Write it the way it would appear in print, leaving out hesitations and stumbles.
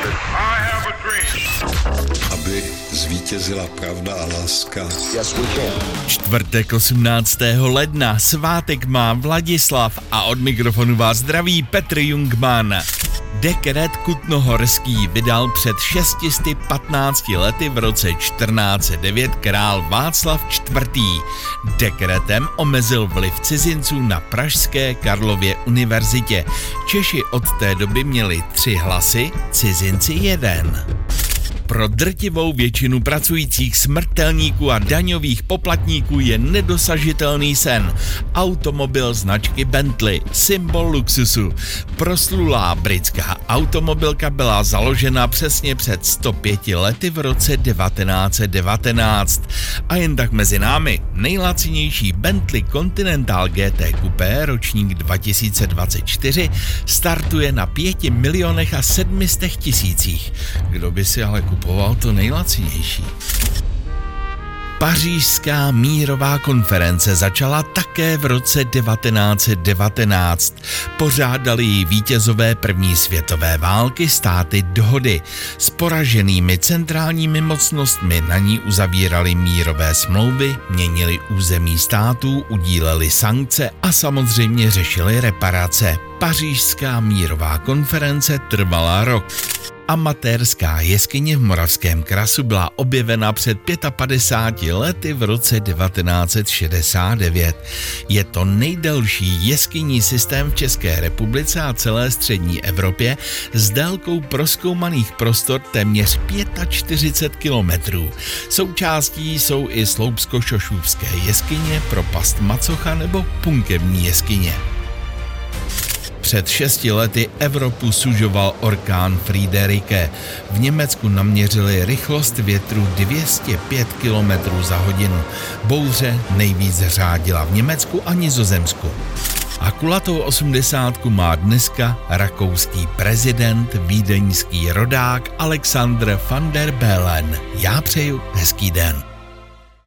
gentlemen, I have a dream. Aby zvítězila pravda a láska. Yes, we can. Čtvrtek 18. ledna, svátek má Vladislav a od mikrofonu vás zdraví Petr Jungmann. Dekret Kutnohorský vydal před 615 lety v roce 1409 král Václav IV. Dekretem omezil vliv cizinců na pražské Karlově univerzitě. Češi od té doby měli 3 hlasy, cizinci 1. Pro drtivou většinu pracujících smrtelníků a daňových poplatníků je nedosažitelný sen. Automobil značky Bentley, symbol luxusu. Proslulá britská automobilka byla založena přesně před 105 lety v roce 1919. A jen tak mezi námi, nejlacinější Bentley Continental GT Coupé ročník 2024 startuje na 5 milionech a 700 tisících. Kdo by si ale kupoval to nejlacinější? Pařížská mírová konference začala také v roce 1919. Pořádali ji vítězové první světové války státy dohody. S poraženými centrálními mocnostmi na ní uzavírali mírové smlouvy, měnili území států, udíleli sankce a samozřejmě řešili reparace. Pařížská mírová konference trvala rok. Amatérská jeskyně v Moravském Krasu byla objevena před 55 lety v roce 1969. Je to nejdelší jeskyní systém v České republice a celé střední Evropě s délkou prozkoumaných prostor téměř 45 kilometrů. Součástí jsou i Sloupsko-Šošůvské jeskyně, propast Macocha nebo Punkevní jeskyně. Před 6 lety Evropu sužoval orkán Friederike. V Německu naměřili rychlost větru 205 km za hodinu. Bouře nejvíc řádila v Německu a Nizozemsku. A kulatou 80 má dneska rakouský prezident, vídeňský rodák Alexander van der Bellen. Já přeju hezký den.